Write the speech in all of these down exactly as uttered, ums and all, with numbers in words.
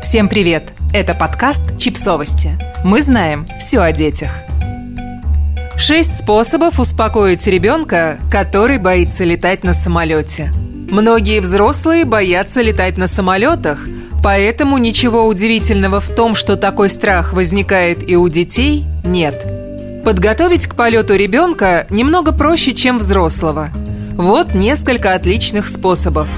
Всем привет! Это подкаст «Чипсовости». Мы знаем все о детях. Шесть способов успокоить ребенка, который боится летать на самолете. Многие взрослые боятся летать на самолетах, поэтому ничего удивительного в том, что такой страх возникает и у детей, нет. Подготовить к полету ребенка немного проще, чем взрослого. Вот несколько отличных способов.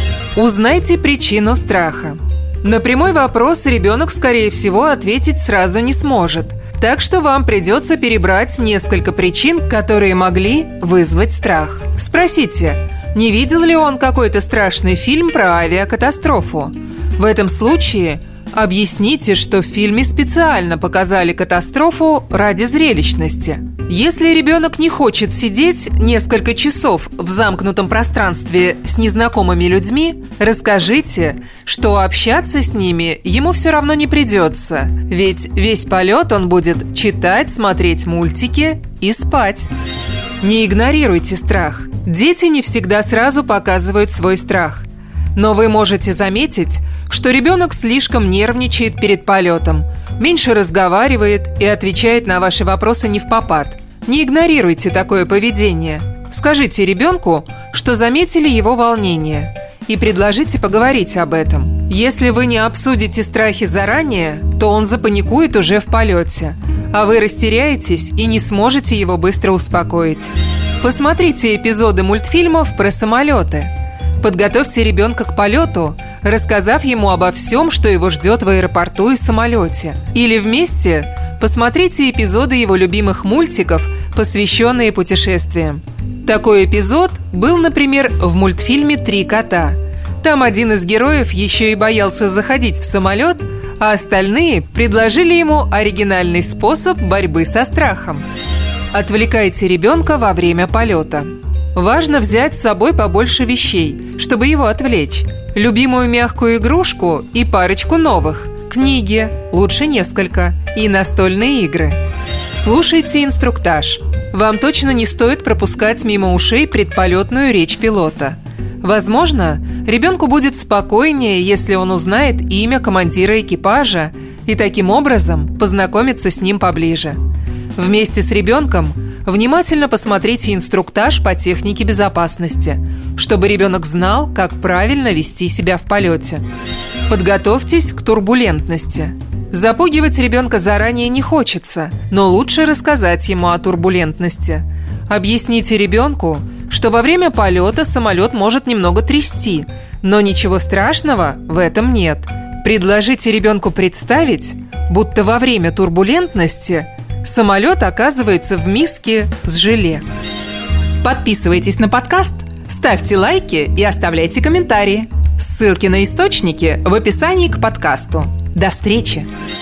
Узнайте причину страха. На прямой вопрос ребенок, скорее всего, ответить сразу не сможет. Так что вам придется перебрать несколько причин, которые могли вызвать страх. Спросите, не видел ли он какой-то страшный фильм про авиакатастрофу? В этом случае объясните, что в фильме специально показали катастрофу ради зрелищности. Если ребенок не хочет сидеть несколько часов в замкнутом пространстве с незнакомыми людьми, расскажите, что общаться с ними ему все равно не придется, ведь весь полет он будет читать, смотреть мультики и спать. Не игнорируйте страх. Дети не всегда сразу показывают свой страх. Но вы можете заметить, что ребенок слишком нервничает перед полетом, меньше разговаривает и отвечает на ваши вопросы невпопад. Не игнорируйте такое поведение. Скажите ребенку, что заметили его волнение, и предложите поговорить об этом. Если вы не обсудите страхи заранее, то он запаникует уже в полете, а вы растеряетесь и не сможете его быстро успокоить. Посмотрите эпизоды мультфильмов про самолеты. Подготовьте ребенка к полету, рассказав ему обо всем, что его ждет в аэропорту и самолете. Или вместе посмотрите эпизоды его любимых мультиков, посвященные путешествиям. Такой эпизод был, например, в мультфильме «Три кота». Там один из героев еще и боялся заходить в самолет, а остальные предложили ему оригинальный способ борьбы со страхом. Отвлекайте ребенка во время полета. Важно взять с собой побольше вещей, чтобы его отвлечь. Любимую мягкую игрушку и парочку новых. Книги, лучше несколько, и настольные игры. Слушайте инструктаж. Вам точно не стоит пропускать мимо ушей предполетную речь пилота. Возможно, ребенку будет спокойнее, если он узнает имя командира экипажа и таким образом познакомится с ним поближе. Вместе с ребенком внимательно посмотрите инструктаж по технике безопасности, чтобы ребенок знал, как правильно вести себя в полете. Подготовьтесь к турбулентности. Запугивать ребенка заранее не хочется, но лучше рассказать ему о турбулентности. Объясните ребенку, что во время полета самолет может немного трясти, но ничего страшного в этом нет. Предложите ребенку представить, будто во время турбулентности самолет оказывается в миске с желе. Подписывайтесь на подкаст, ставьте лайки и оставляйте комментарии. Ссылки на источники в описании к подкасту. До встречи!